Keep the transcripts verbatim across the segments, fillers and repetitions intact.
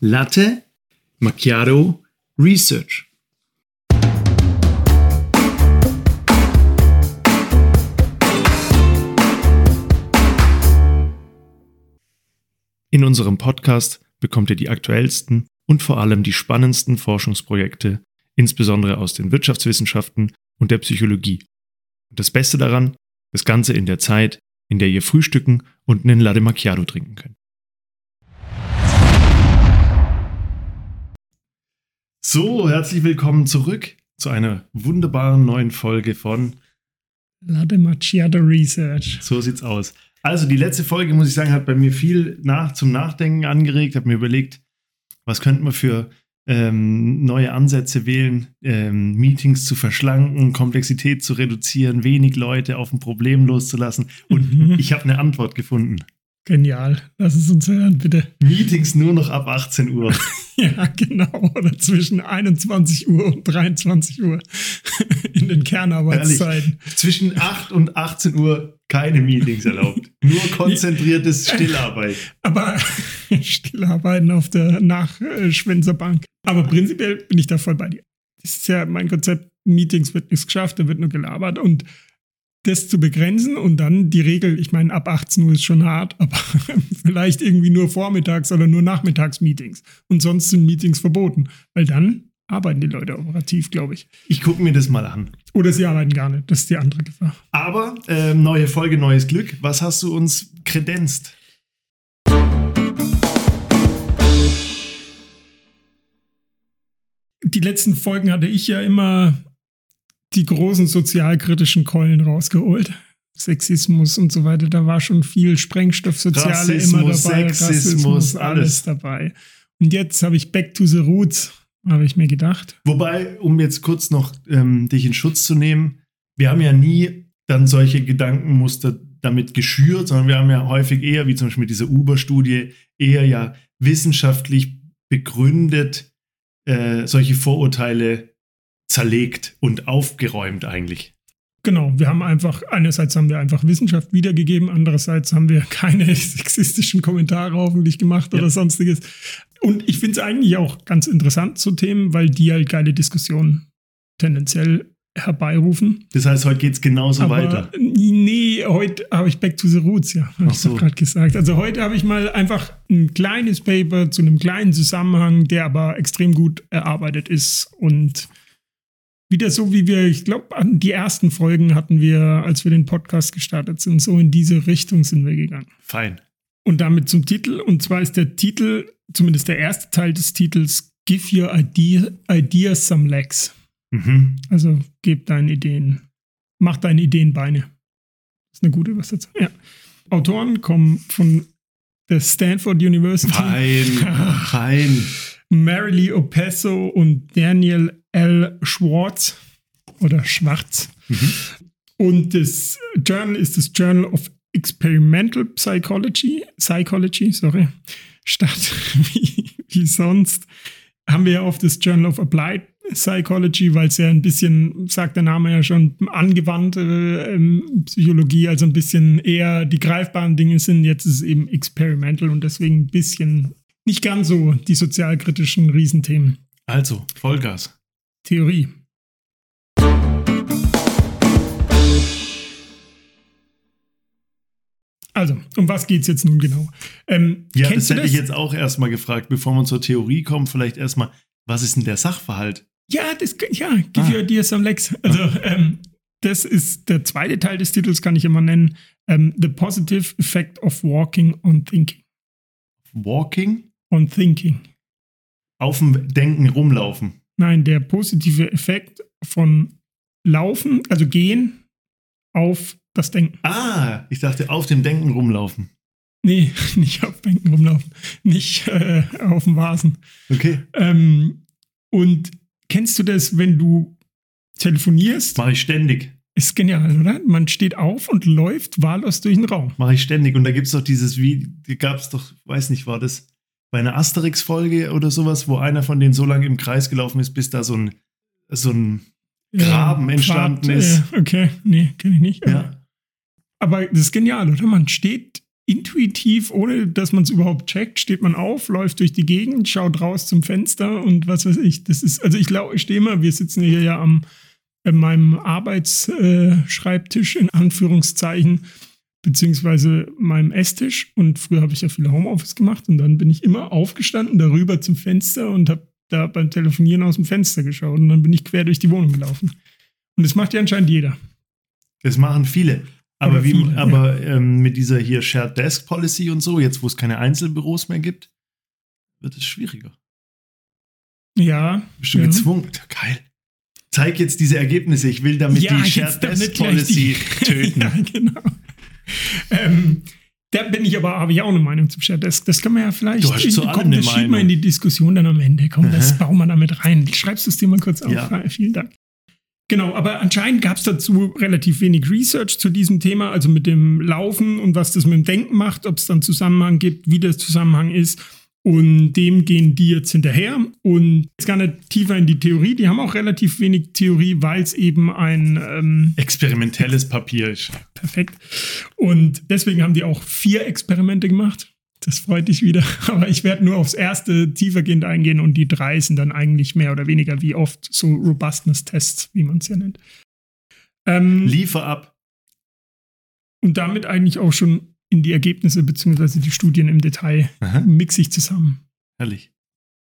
Latte Macchiato Research. In unserem Podcast bekommt ihr die aktuellsten und vor allem die spannendsten Forschungsprojekte, insbesondere aus den Wirtschaftswissenschaften und der Psychologie. Und das Beste daran, das Ganze in der Zeit, in der ihr frühstücken und einen Latte Macchiato trinken könnt. So, herzlich willkommen zurück zu einer wunderbaren neuen Folge von Latte Macchiato Research. So sieht's aus. Also die letzte Folge, muss ich sagen, hat bei mir viel nach, zum Nachdenken angeregt. Ich habe mir überlegt, was könnte man für ähm, neue Ansätze wählen, ähm, Meetings zu verschlanken, Komplexität zu reduzieren, wenig Leute auf ein Problem loszulassen. Und mhm. ich habe eine Antwort gefunden. Genial. Lass es uns hören, bitte. Meetings nur noch ab achtzehn Uhr. Ja, genau. Oder zwischen einundzwanzig Uhr und dreiundzwanzig Uhr in den Kernarbeitszeiten. Ehrlich, zwischen acht und achtzehn Uhr keine Meetings erlaubt. Nur konzentriertes Stillarbeit. Aber Stillarbeiten auf der Nachschwänzerbank. Aber prinzipiell bin ich da voll bei dir. Das ist ja mein Konzept. Meetings wird nichts geschafft, da wird nur gelabert. Und das zu begrenzen und dann die Regel, ich meine, ab achtzehn Uhr ist schon hart, aber vielleicht irgendwie nur Vormittags- oder nur Nachmittags-Meetings. Und sonst sind Meetings verboten, weil dann arbeiten die Leute operativ, glaube ich. Ich gucke mir das mal an. Oder sie arbeiten gar nicht, das ist die andere Gefahr. Aber äh, neue Folge, neues Glück. Was hast du uns kredenzt? Die letzten Folgen hatte ich ja immer die großen sozialkritischen Keulen rausgeholt. Sexismus und so weiter, da war schon viel Sprengstoff, Soziale Rassismus, immer dabei. Sexismus, Rassismus, alles dabei. Und jetzt habe ich Back to the Roots, habe ich mir gedacht. Wobei, um jetzt kurz noch ähm, dich in Schutz zu nehmen, wir haben ja nie dann solche Gedankenmuster damit geschürt, sondern wir haben ja häufig eher, wie zum Beispiel mit dieser Uber-Studie, eher ja wissenschaftlich begründet äh, solche Vorurteile zerlegt und aufgeräumt eigentlich. Genau, wir haben einfach, einerseits haben wir einfach Wissenschaft wiedergegeben, andererseits haben wir keine sexistischen Kommentare hoffentlich gemacht ja. oder sonstiges. Und ich finde es eigentlich auch ganz interessant zu Themen, weil die halt geile Diskussionen tendenziell herbeirufen. Das heißt, heute geht es genauso Aber weiter? Nee, heute habe ich Back to the Roots, ja, habe ich so. doch gerade gesagt. Also heute habe ich mal einfach ein kleines Paper zu einem kleinen Zusammenhang, der aber extrem gut erarbeitet ist und wieder so, wie wir, ich glaube, an die ersten Folgen hatten wir, als wir den Podcast gestartet sind, so in diese Richtung sind wir gegangen. Fein. Und damit zum Titel. Und zwar ist der Titel, zumindest der erste Teil des Titels, Give your idea, ideas some legs. Mhm. Also gib deinen Ideen, mach deine Ideen Beine. Das ist eine gute Übersetzung. Ja. Autoren kommen von der Stanford University. Fein, fein. Marilee Opeso und Daniel L. Schwartz oder Schwarz. Mhm. Und das Journal ist das Journal of Experimental Psychology, Psychology, sorry, statt wie, wie sonst haben wir ja oft das Journal of Applied Psychology, weil es ja ein bisschen, sagt der Name ja schon, angewandte ähm, Psychologie, also ein bisschen eher die greifbaren Dinge sind. Jetzt ist es eben experimental und deswegen ein bisschen nicht ganz so die sozialkritischen Riesenthemen. Also, Vollgas. Theorie. Also, um was geht es jetzt nun genau? Ähm, ja, das kennst hätte du das? ich jetzt auch erstmal gefragt, bevor man zur Theorie kommt, vielleicht erstmal, was ist denn der Sachverhalt? Ja, das, ja, give ah. your ideas some legs. Also, ähm, das ist der zweite Teil des Titels, kann ich immer nennen. Ähm, The Positive Effect of Walking on Thinking. Walking? On Thinking. Auf dem Denken rumlaufen. Nein, der positive Effekt von Laufen, also Gehen, auf das Denken. Ah, ich dachte, auf dem Denken rumlaufen. Nee, nicht auf Denken rumlaufen. Nicht äh, auf dem Vasen. Okay. Ähm, und kennst du das, wenn du telefonierst? Mache ich ständig. Ist genial, oder? Man steht auf und läuft wahllos durch den Raum. Mache ich ständig. Und da gibt es doch dieses, wie, gab es doch, weiß nicht, war das bei einer Asterix-Folge oder sowas, wo einer von denen so lange im Kreis gelaufen ist, bis da so ein, so ein Graben ja, entstanden Pfad, ist. Äh, okay, nee, kenne ich nicht. Ja. Aber, aber das ist genial, oder? Man steht intuitiv, ohne dass man es überhaupt checkt, steht man auf, läuft durch die Gegend, schaut raus zum Fenster und was weiß ich. Das ist, also ich glaube, ich stehe mal, wir sitzen hier ja am in meinem Arbeitsschreibtisch in Anführungszeichen, beziehungsweise meinem Esstisch. Und früher habe ich ja viel Homeoffice gemacht und dann bin ich immer aufgestanden, darüber zum Fenster und habe da beim Telefonieren aus dem Fenster geschaut und dann bin ich quer durch die Wohnung gelaufen. Und das macht ja anscheinend jeder. Das machen viele. Aber, Oder wie, viele, aber ja. ähm, mit dieser hier Shared Desk Policy und so, jetzt wo es keine Einzelbüros mehr gibt, wird es schwieriger. Ja. Bist du ja. gezwungen? Geil. Zeig jetzt diese Ergebnisse. Ich will damit ja, die Shared Desk Policy die, töten. Ja, genau. ähm, da bin ich aber, habe ich auch eine Meinung zum Shared Desk. Das kann man ja vielleicht. Du hast zu allem komm, eine das Meinung. schieben wir in die Diskussion dann am Ende. Komm, Aha. das bauen wir damit rein. Schreibst du es dir mal kurz auf? Ja. Vielen Dank. Genau, aber anscheinend gab es dazu relativ wenig Research zu diesem Thema, also mit dem Laufen und was das mit dem Denken macht, ob es dann Zusammenhang gibt, wie der Zusammenhang ist. Und dem gehen die jetzt hinterher und jetzt gar nicht tiefer in die Theorie. Die haben auch relativ wenig Theorie, weil es eben ein ähm, experimentelles Papier ist. Perfekt. Und deswegen haben die auch vier Experimente gemacht. Das freut dich wieder. Aber ich werde nur aufs erste tiefergehend eingehen und die drei sind dann eigentlich mehr oder weniger wie oft so Robustness-Tests, wie man es ja nennt. Ähm, Liefer ab. Und damit eigentlich auch schon in die Ergebnisse bzw. die Studien im Detail Aha. mix ich zusammen. Herrlich.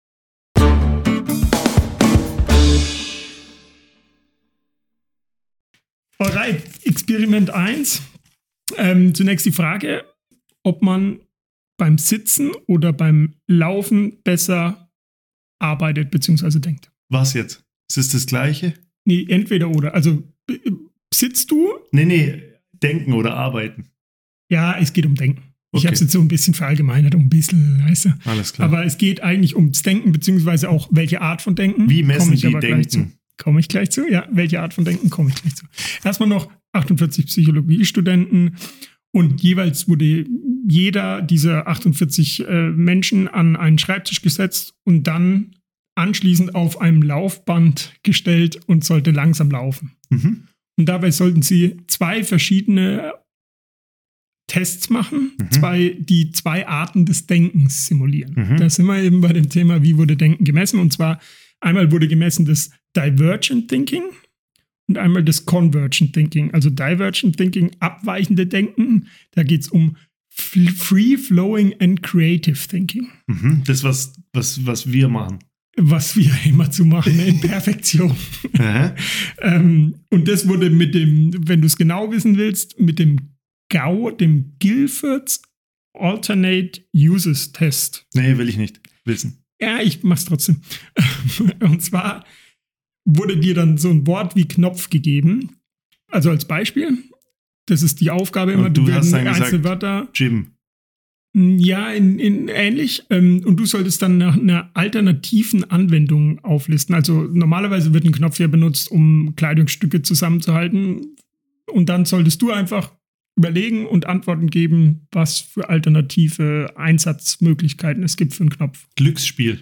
Alright, Experiment eins. Ähm, zunächst die Frage, ob man beim Sitzen oder beim Laufen besser arbeitet bzw. denkt. Was jetzt? Ist es das Gleiche? Nee, entweder oder. Also sitzt du? Nee, nee, denken oder arbeiten. Ja, es geht um Denken. Ich Okay. habe es jetzt so ein bisschen verallgemeinert, um ein bisschen, weißt du. Alles klar. Aber es geht eigentlich ums Denken, beziehungsweise auch welche Art von Denken. Wie messen Komme ich die aber gleich Denken? zu. Komme ich gleich zu, ja. Welche Art von Denken komme ich gleich zu. Erstmal noch achtundvierzig Psychologiestudenten und jeweils wurde jeder dieser achtundvierzig äh, Menschen an einen Schreibtisch gesetzt und dann anschließend auf einem Laufband gestellt und sollte langsam laufen. Mhm. Und dabei sollten sie zwei verschiedene Tests machen, Mhm. zwei, die zwei Arten des Denkens simulieren. Mhm. Da sind wir eben bei dem Thema, wie wurde Denken gemessen. Und zwar einmal wurde gemessen das Divergent Thinking und einmal das Convergent Thinking. Also Divergent Thinking, abweichende Denken. Da geht es um Free-Flowing and Creative Thinking. Mhm. Das, was, was, was wir machen. Was wir immer zu machen, in Perfektion. ähm, und das wurde mit dem, wenn du es genau wissen willst, mit dem G A U, dem Guilfords Alternate Uses Test. Nee, will ich nicht. Wissen. Ja, ich mach's trotzdem. Und zwar wurde dir dann so ein Wort wie Knopf gegeben. Also als Beispiel. Das ist die Aufgabe immer. Und du hast dann einzelne gesagt, Wörter. Jim. Ja, in, in ähnlich. Und du solltest dann nach einer alternativen Anwendung auflisten. Also normalerweise wird ein Knopf ja benutzt, um Kleidungsstücke zusammenzuhalten. Und dann solltest du einfach überlegen und Antworten geben, was für alternative Einsatzmöglichkeiten es gibt für einen Knopf. Glücksspiel.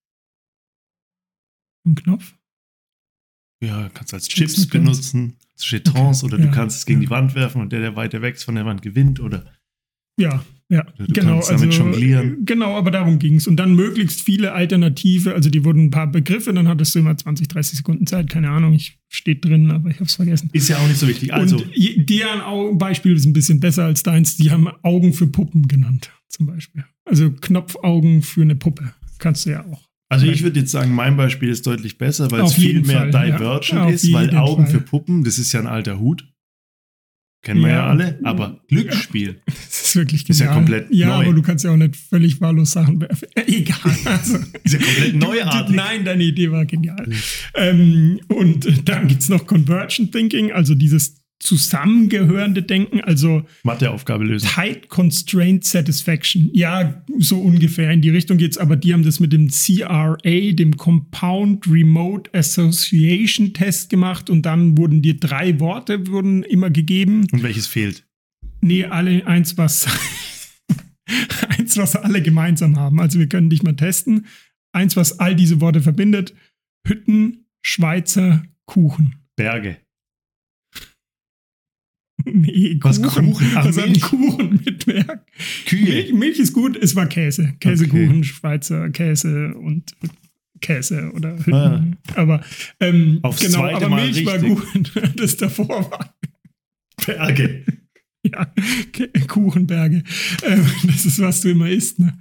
Ein Knopf? Ja, kannst als Chips benutzen, als Jetons, okay. Oder du ja, kannst es gegen ja. die Wand werfen und der, der weiter weg ist von der Wand, gewinnt, oder? Ja, ja, oder du genau. kannst damit also, jonglieren. Genau, aber darum ging es. Und dann möglichst viele Alternative, also die wurden ein paar Begriffe, dann hattest du immer zwanzig, dreißig Sekunden Zeit, keine Ahnung, ich steht drin, aber ich habe es vergessen. Ist ja auch nicht so wichtig. Also. Und deren Beispiel ist ein bisschen besser als deins, die haben Augen für Puppen genannt, zum Beispiel. Also Knopfaugen für eine Puppe, kannst du ja auch. Also ich würde jetzt sagen, mein Beispiel ist deutlich besser, weil auf es viel mehr Fall, Divergent ja. ist, weil Augen Fall. für Puppen, das ist ja ein alter Hut. Kennen wir ja, ja alle, aber Glücksspiel. Ja, das ist wirklich genial. Ist ja komplett ja, neu. Aber du kannst ja auch nicht völlig wahllos Sachen werfen. Egal. Also, ist ja komplett neuartig. Nein, deine Idee war genial. Mhm. Ähm, und dann gibt es noch Convergent Thinking, also dieses zusammengehörende Denken, also Matheaufgabe lösen. Tight Constraint Satisfaction. Ja, so ungefähr in die Richtung geht's, aber die haben das mit dem C R A, dem Compound Remote Association Test gemacht und dann wurden dir drei Worte wurden immer gegeben. Und welches fehlt? Nee, alle eins, was eins, was alle gemeinsam haben. Also wir können dich mal testen. Eins, was all diese Worte verbindet. Hütten, Schweizer, Kuchen. Berge. Nee, Was, Kuchen. Kuchen? Ach, das hat Milch? Kuchen mit Werk. Kühe. Milch, Milch ist gut, es war Käse. Käsekuchen, Okay. Schweizer Käse und Käse oder Hütten. Ah. Aber ähm, Aufs genau, zweite aber Mal Milch war richtig. gut. Das davor war Berge. ja K- Kuchenberge. Ähm, das ist, was du immer isst. Ne?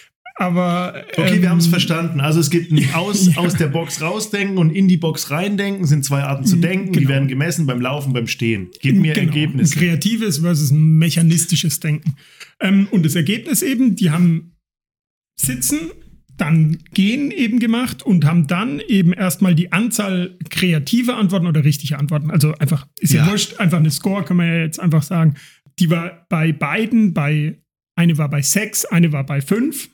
Aber Okay, ähm, wir haben es verstanden. Also es gibt ein aus, Ja. aus der Box rausdenken und in die Box reindenken. Sind zwei Arten zu Mhm, denken. Die genau. werden gemessen beim Laufen, beim Stehen. Gib mir Genau, Ergebnisse. ein kreatives versus ein mechanistisches Denken. Ähm, und das Ergebnis eben, die haben Sitzen, dann Gehen eben gemacht und haben dann eben erstmal die Anzahl kreativer Antworten oder richtiger Antworten. Also einfach, ist ja, Ja. wurscht, einfach eine Score, kann man ja jetzt einfach sagen. Die war bei beiden, bei eine war bei sechs, eine war bei fünf.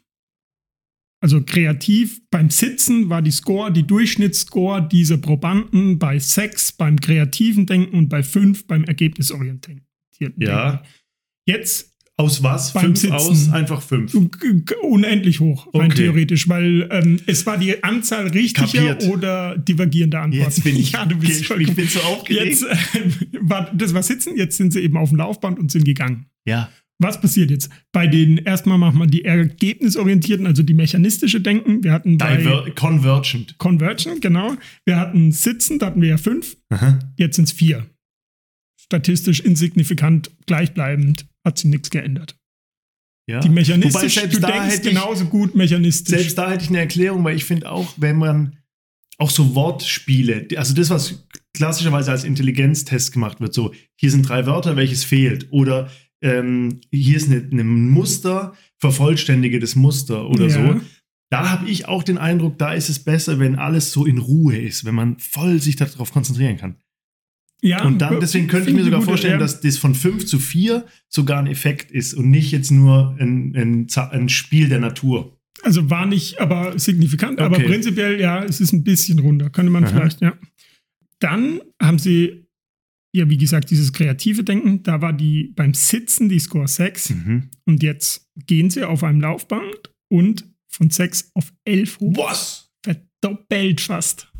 Also kreativ. Beim Sitzen war die Score, die Durchschnittsscore dieser Probanden bei sechs beim kreativen Denken und bei fünf beim ergebnisorientierten Denken. Ja. Jetzt Aus was? Beim Fünf Sitzen. aus, einfach fünf. g- g- unendlich hoch, rein Okay. theoretisch, weil ähm, es war die Anzahl richtiger Kapiert. oder divergierender Antworten. Jetzt bin ich, ja, du bist ich, vollkommen- ich bin so aufgeregt. Jetzt äh, war, das war Sitzen, jetzt sind sie eben auf dem Laufband und sind gegangen. Ja. Was passiert jetzt? Bei den, erstmal machen wir die ergebnisorientierten, also die mechanistische Denken. Wir hatten bei Diver Convergent. Convergent, genau. Wir hatten Sitzen, da hatten wir ja fünf, Aha. jetzt sind es vier. Statistisch insignifikant, gleichbleibend, hat sich nichts geändert. Ja. Die mechanistisch, Wobei selbst du da denkst hätte ich- genauso gut mechanistisch. Selbst da hätte ich eine Erklärung, weil ich finde auch, wenn man auch so Wortspiele, also das, was klassischerweise als Intelligenztest gemacht wird, so hier sind drei Wörter, welches fehlt, oder ähm, hier ist eine, eine Muster, vervollständige das Muster oder Ja. so. Da habe ich auch den Eindruck, da ist es besser, wenn alles so in Ruhe ist, wenn man voll sich darauf konzentrieren kann. Ja, Und dann, deswegen könnte ich mir sogar gut, vorstellen, ja. dass das von fünf zu vier sogar ein Effekt ist und nicht jetzt nur ein, ein, Za- ein Spiel der Natur. Also war nicht, aber signifikant, aber Okay. prinzipiell, ja, es ist ein bisschen runter, könnte man Aha. vielleicht, ja. Dann haben sie, ja, wie gesagt, dieses kreative Denken, da war die beim Sitzen die Score sechs Mhm. und jetzt gehen sie auf einem Laufband und von sechs auf elf hoch. Was? Verdoppelt fast.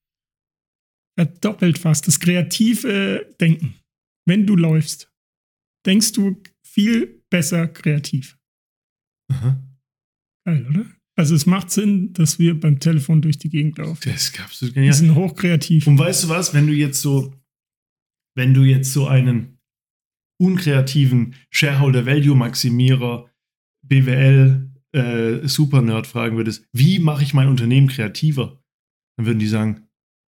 Verdoppelt fast. Das kreative Denken. Wenn du läufst, denkst du viel besser kreativ. Aha. Geil, oder? Also es macht Sinn, dass wir beim Telefon durch die Gegend laufen. Das gab's Wir genial. sind hochkreativ. Und weißt du was, wenn du jetzt so, wenn du jetzt so einen unkreativen Shareholder-Value-Maximierer, B W L, äh, Super-Nerd fragen würdest, wie mache ich mein Unternehmen kreativer? Dann würden die sagen,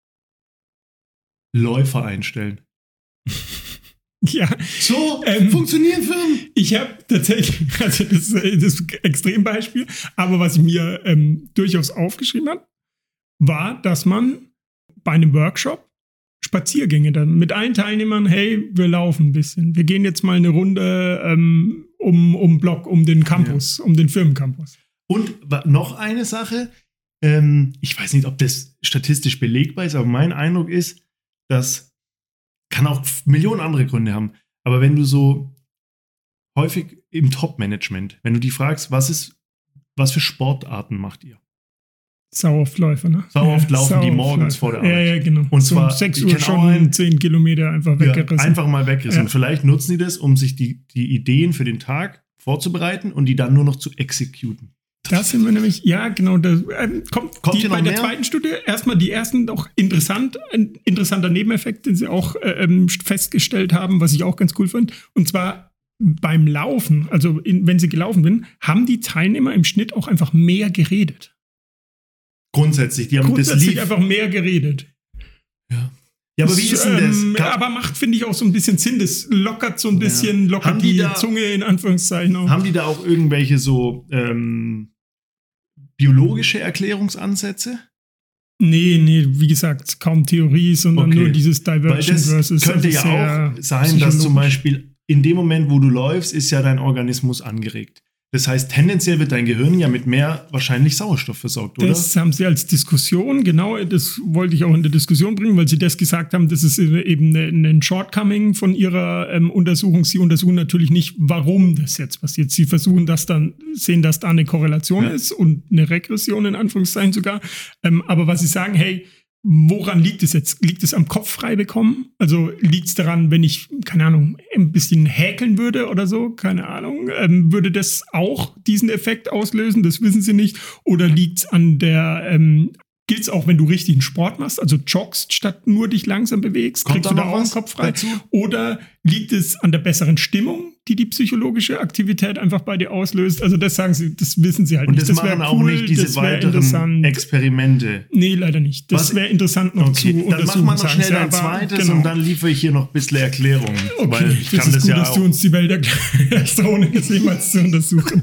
Läufer einstellen. Ja, So Ähm, funktionieren Firmen. ich habe tatsächlich, also das, ist- das ist ein Extrembeispiel, aber was ich mir ähm, durchaus aufgeschrieben habe, war, dass man bei einem Workshop Spaziergänge dann mit allen Teilnehmern, hey, wir laufen ein bisschen. Wir gehen jetzt mal eine Runde ähm, um, um Block, um den Campus, um den Firmencampus. Und wa- noch eine Sache, ähm, ich weiß nicht, ob das statistisch belegbar ist, aber mein Eindruck ist, dass kann auch f- Millionen andere Gründe haben. Aber wenn du so häufig im Top-Management, wenn du die fragst, was ist, was für Sportarten macht ihr? Sauerläufer, ne? Sau oft laufen die Sauerläufer. morgens vor der Arbeit. Ja, ja, genau. Und so zwar, um sechs ich Uhr kenn auch schon einen- zehn Kilometer einfach Ja, weggerissen. einfach mal wegrissen. Ja. Und vielleicht nutzen die das, um sich die, die Ideen für den Tag vorzubereiten und die dann nur noch zu exekuten. Da sind wir nämlich, ja, genau, da ähm, kommt, Kommt die, hier noch bei der mehr? zweiten Studie erstmal die ersten doch interessant, ein interessanter Nebeneffekt, den sie auch äh, ähm, festgestellt haben, was ich auch ganz cool fand. Und zwar beim Laufen, also in, wenn sie gelaufen sind, haben die Teilnehmer im Schnitt auch einfach mehr geredet. Grundsätzlich, die haben das Grundsätzlich lief. einfach mehr geredet. Ja, aber wie ist denn das? Ähm, Gab- aber macht, finde ich, auch so ein bisschen Sinn. Das lockert so ein bisschen, Haben lockert die die, da- Zunge in Anführungszeichen auch. Haben die da auch irgendwelche so ähm, biologische Erklärungsansätze? Nee, nee, wie gesagt, kaum Theorie, sondern Okay. nur dieses Weil Divergent das versus. könnte also ja sehr auch sein, dass zum psychologisch. Beispiel in dem Moment, wo du läufst, ist ja dein Organismus angeregt. Das heißt, tendenziell wird dein Gehirn ja mit mehr wahrscheinlich Sauerstoff versorgt, oder? Das haben sie als Diskussion, genau, das wollte ich auch in der Diskussion bringen, weil sie das gesagt haben, das ist eben ein Shortcoming von ihrer ähm, Untersuchung. Sie untersuchen natürlich nicht, warum das jetzt passiert. Sie versuchen das dann, sehen, dass da eine Korrelation Ja. ist und eine Regression in Anführungszeichen sogar. Ähm, aber was sie sagen, hey, woran liegt es jetzt? Liegt es am Kopf frei bekommen? Also liegt es daran, wenn ich, keine Ahnung, ein bisschen häkeln würde oder so? Keine Ahnung. Ähm, würde das auch diesen Effekt auslösen? Das wissen sie nicht. Oder liegt es an der, ähm, gilt es auch, wenn du richtig einen Sport machst, also joggst, statt nur dich langsam bewegst? Kommt kriegst du da auch einen Kopf frei? Dazu? Oder liegt es an der besseren Stimmung, die die psychologische Aktivität einfach bei dir auslöst? Also das sagen sie, das wissen sie halt und nicht. Und das, das machen cool, auch nicht diese weiteren Experimente? Nee, leider nicht. Das wäre interessant noch okay, zu dann machen wir noch schnell ein zweites genau. und dann liefere ich hier noch ein bisschen Erklärung. Okay, weil ich das kann ist das gut, ja dass auch. du uns die Welt erklärst, ohne es jemals zu untersuchen.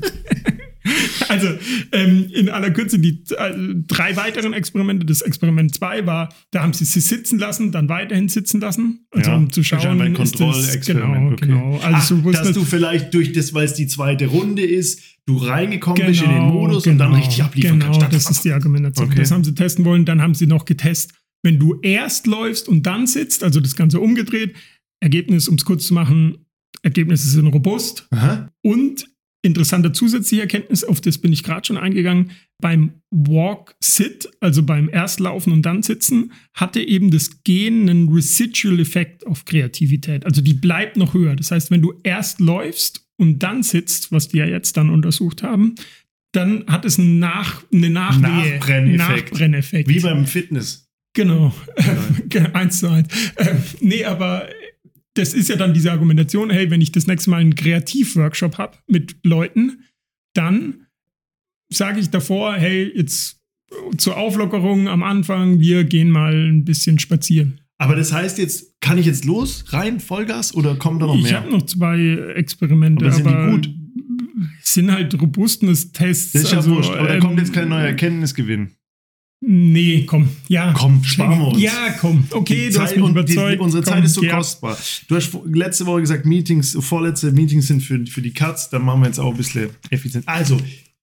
Also ähm, in aller Kürze die äh, drei weiteren Experimente. Das Experiment zwei war, da haben sie sie sitzen lassen, dann weiterhin sitzen lassen, also ja, um zu schauen, ein Kontrollexperiment. Genau, okay. genau. Also Ach, dass du vielleicht durch das, weil es die zweite Runde ist, du reingekommen genau, bist in den Modus genau, und dann richtig abliefern genau, kannst. Genau, das ist die Argumentation. Okay. Das haben sie testen wollen. Dann haben sie noch getestet, wenn du erst läufst und dann sitzt, also das Ganze umgedreht. Ergebnis, um es kurz zu machen, Ergebnisse sind robust. Aha. Und interessante zusätzliche Erkenntnis, auf das bin ich gerade schon eingegangen, beim Walk-Sit, also beim Erstlaufen und dann Sitzen, hatte eben das Gen einen Residual-Effekt auf Kreativität. Also die bleibt noch höher. Das heißt, wenn du erst läufst und dann sitzt, was die ja jetzt dann untersucht haben, dann hat es einen Nach, eine Nachwehe, Nachbrenneffekt. Nachbrenneffekt. Wie beim Fitness. Genau, eins zu eins. Ähm, nee, aber das ist ja dann diese Argumentation, hey, wenn ich das nächste Mal einen Kreativworkshop habe mit Leuten, dann sage ich davor, hey, jetzt zur Auflockerung am Anfang, wir gehen mal ein bisschen spazieren. Aber das heißt jetzt, kann ich jetzt los, rein, Vollgas oder kommen da noch mehr? Ich habe noch zwei Experimente, aber, sind die gut? Sind halt robustes Tests. Das ist ja also, wurscht, aber da ähm, kommt jetzt kein neuer Erkenntnisgewinn. Nee, komm, ja. Komm, sparen wir uns. Ja, komm, okay, du hast mich überzeugt. Die, unsere komm, Zeit ist so ja. kostbar. Du hast letzte Woche gesagt, Meetings, vorletzte Meetings sind für, für die Cuts, dann machen wir jetzt auch ein bisschen effizient. Also,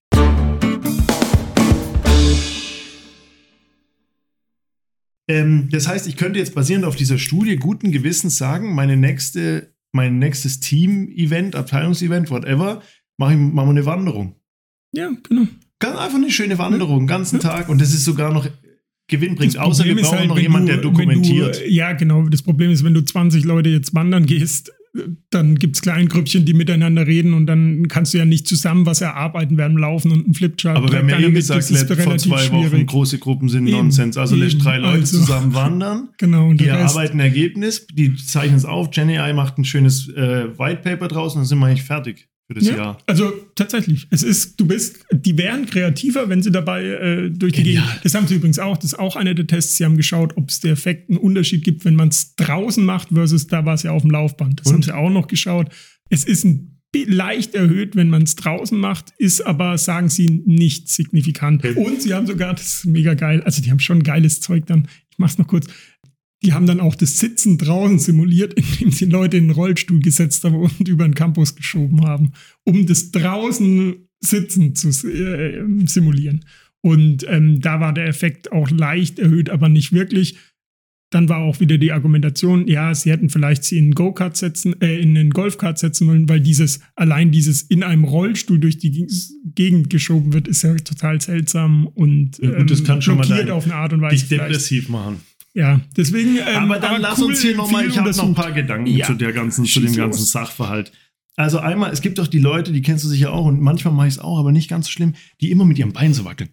ähm, das heißt, ich könnte jetzt basierend auf dieser Studie guten Gewissens sagen, meine nächste, mein nächstes Team-Event, Abteilungsevent, whatever, mache ich, machen wir eine Wanderung. Ja, genau. Ganz einfach eine schöne Wanderung, den ganzen ja. Tag. Und das ist sogar noch gewinnbringend. Außer wir brauchen halt, noch jemanden, der dokumentiert. Du, ja, genau. Das Problem ist, wenn du zwanzig Leute jetzt wandern gehst, dann gibt es kleine Grüppchen, die miteinander reden und dann kannst du ja nicht zusammen was erarbeiten während dem Laufen und einen Flipchart. Aber wir haben ja eh gesagt, vor zwei Wochen, schwierig. große Gruppen sind eben, Nonsens. Also lässt drei Leute also, zusammen wandern. Genau. Und die erarbeiten ein Ergebnis, die zeichnen es auf. GenAI macht ein schönes äh, White Paper draus und dann sind wir eigentlich fertig. Für das ja, Jahr. Also tatsächlich, es ist, du bist, die wären kreativer, wenn sie dabei äh, durch die Gegend. Das haben sie übrigens auch, das ist auch einer der Tests. Sie haben geschaut, ob es der Effekt einen Unterschied gibt, wenn man es draußen macht versus da war es ja auf dem Laufband. Das Und? haben sie auch noch geschaut. Es ist ein leicht erhöht, wenn man es draußen macht, ist aber, sagen sie, nicht signifikant. Okay. Und sie haben sogar, das ist mega geil, also die haben schon geiles Zeug dann, ich mach's noch kurz. Die haben dann auch das Sitzen draußen simuliert, indem sie Leute in den Rollstuhl gesetzt haben und über den Campus geschoben haben, um das draußen Sitzen zu äh, simulieren. Und ähm, da war der Effekt auch leicht erhöht, aber nicht wirklich. Dann war auch wieder die Argumentation, ja, sie hätten vielleicht sie in einen Go-Kart setzen, äh, in einen Golfkart setzen wollen, weil dieses, allein dieses in einem Rollstuhl durch die Gegend geschoben wird, ist ja total seltsam und ja, gut, das kann schon blockiert mal auf eine Art und Weise dich depressiv machen. Ja, deswegen. Ähm, aber dann aber lass cool, uns hier nochmal, ich habe noch ein paar Gedanken ja. zu, der ganzen, zu dem ganzen Sachverhalt. Also einmal, es gibt doch die Leute, die kennst du sicher auch und manchmal mache ich es auch, aber nicht ganz so schlimm, die immer mit ihrem Bein so wackeln.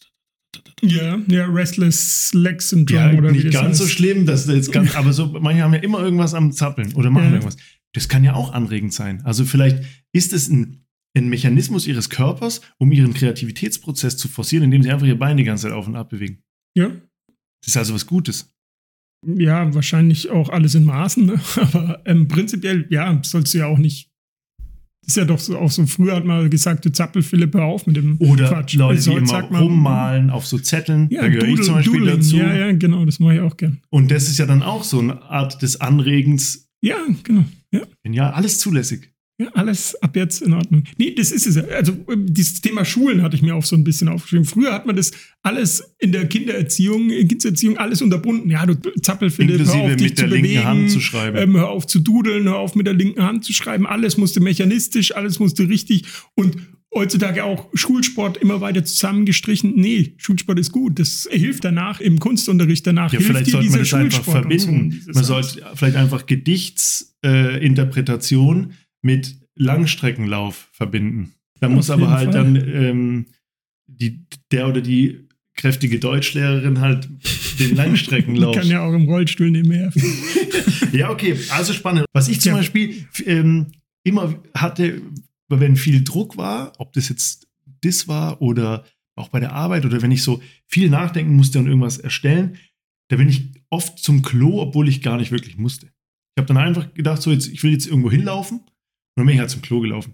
Ja, ja, Restless Leg Syndrome ja, oder nicht wie das ganz heißt. so schlimm, das jetzt ganz, aber so, manche haben ja immer irgendwas am Zappeln oder machen ja. irgendwas. Das kann ja auch anregend sein. Also vielleicht ist es ein, ein Mechanismus ihres Körpers, um ihren Kreativitätsprozess zu forcieren, indem sie einfach ihr Bein die ganze Zeit auf und ab bewegen. Ja. Das ist also was Gutes. Ja, wahrscheinlich auch alles in Maßen, ne? Aber ähm, prinzipiell, ja, sollst du ja auch nicht. Ist ja doch so, auch so, früher hat man gesagt, du zappel Philipp, hör auf mit dem Oder Quatsch. Leute, also, die immer man, rummalen auf so Zetteln, ja, da gehöre ich zum Beispiel Doodling, dazu. Ja, ja, genau, das mache ich auch gern. Und das ist ja dann auch so eine Art des Anregens. Ja, genau. Ja, ja alles zulässig. Ja, alles ab jetzt in Ordnung. Nee, das ist es. Also dieses Thema Schulen hatte ich mir auch so ein bisschen aufgeschrieben. Früher hat man das alles in der Kindererziehung, in Kindererziehung alles unterbunden. Ja, du Zappelphilipp, hör auf, dich mit der zu linken bewegen, Hand zu schreiben. Ähm, hör auf zu dudeln, hör auf mit der linken Hand zu schreiben. Alles musste mechanistisch, alles musste richtig. Und heutzutage auch Schulsport immer weiter zusammengestrichen. Nee, Schulsport ist gut. Das hilft danach im Kunstunterricht. Danach ja, hilft vielleicht dir sollte man dieser das einfach Schulsport verbinden. So, man sollte vielleicht einfach Gedichtsinterpretation äh, mit Langstreckenlauf verbinden. Da Auf muss aber jeden halt Fall. dann ähm, die, der oder die kräftige Deutschlehrerin halt den Langstreckenlauf. Ich kann ja auch im Rollstuhl nicht mehr. Ja, okay, also spannend. Was ich zum Ja. Beispiel ähm, immer hatte, wenn viel Druck war, ob das jetzt das war oder auch bei der Arbeit oder wenn ich so viel nachdenken musste und irgendwas erstellen, da bin ich oft zum Klo, obwohl ich gar nicht wirklich musste. Ich habe dann einfach gedacht, so jetzt, ich will jetzt irgendwo hinlaufen und dann bin ich halt zum Klo gelaufen.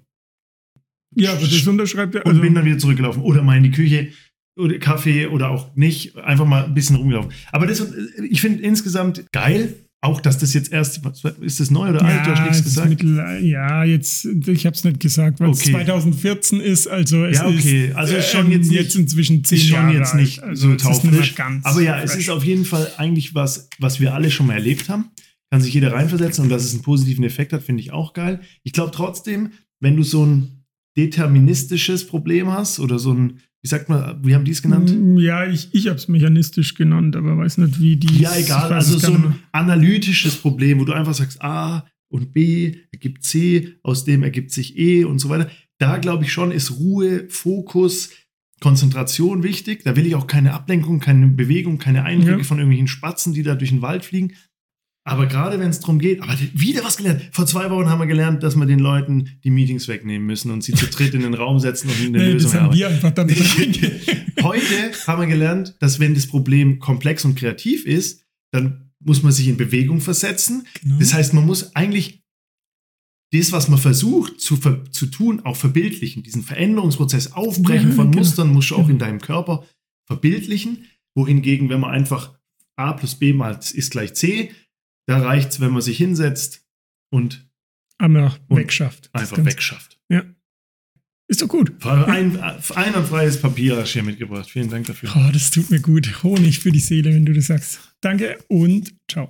Ja, aber das unterschreibt ja. Und Also, bin dann wieder zurückgelaufen oder mal in die Küche oder Kaffee oder auch nicht, einfach mal ein bisschen rumgelaufen. Aber das, ich finde insgesamt geil, auch dass das jetzt erst, ist das neu oder alt, du hast nichts es ist gesagt? mittel- ja, jetzt, ich habe es nicht gesagt, weil Okay. es zwanzig vierzehn ist, also es Ja, okay. ist Also ist äh, schon jetzt nicht- jetzt inzwischen zehn Ist schon Jahre jetzt nicht alt. so Also es ist nicht mehr taufrisch. ganz Aber ja, es fresh. ist auf jeden Fall eigentlich was, was wir alle schon mal erlebt haben. Kann sich jeder reinversetzen und dass es einen positiven Effekt hat, finde ich auch geil. Ich glaube trotzdem, wenn du so ein deterministisches Problem hast oder so ein, wie sagt man, wie haben die es genannt? Ja, ich, ich habe es mechanistisch genannt, aber weiß nicht, wie die. Ja, egal. ich weiß Also es so gar nicht ein analytisches Problem, wo du einfach sagst, A und B ergibt C, aus dem ergibt sich E und so weiter. Da glaube ich schon, ist Ruhe, Fokus, Konzentration wichtig. Da will ich auch keine Ablenkung, keine Bewegung, keine Eindrücke Ja. von irgendwelchen Spatzen, die da durch den Wald fliegen. Aber gerade wenn es darum geht, aber wieder was gelernt. Vor zwei Wochen haben wir gelernt, dass wir den Leuten die Meetings wegnehmen müssen und sie zu dritt in den Raum setzen und eine Nee, Lösung das haben haben. wir einfach damit rein. Heute haben wir gelernt, dass wenn das Problem komplex und kreativ ist, dann muss man sich in Bewegung versetzen. Genau. Das heißt, man muss eigentlich das, was man versucht zu, ver zu tun, auch verbildlichen. Diesen Veränderungsprozess, Aufbrechen Ja, von genau. Mustern musst du auch Genau. in deinem Körper verbildlichen. Wohingegen, wenn man einfach A plus B mal ist gleich C, da reicht es, wenn man sich hinsetzt und Einmal Und wegschafft. Das einfach Ganze. wegschafft. Ja. Ist doch gut. Ein, ein und freies Papier hast du hier mitgebracht. Vielen Dank dafür. Oh, das tut mir gut. Honig für die Seele, wenn du das sagst. Danke und ciao.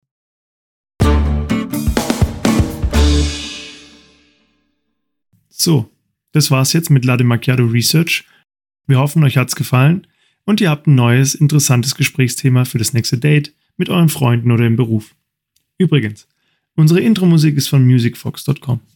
So, das war's jetzt mit Latte Macchiato Research. Wir hoffen, euch hat's gefallen und ihr habt ein neues, interessantes Gesprächsthema für das nächste Date mit euren Freunden oder im Beruf. Übrigens, unsere Intro-Musik ist von musicfox punkt com.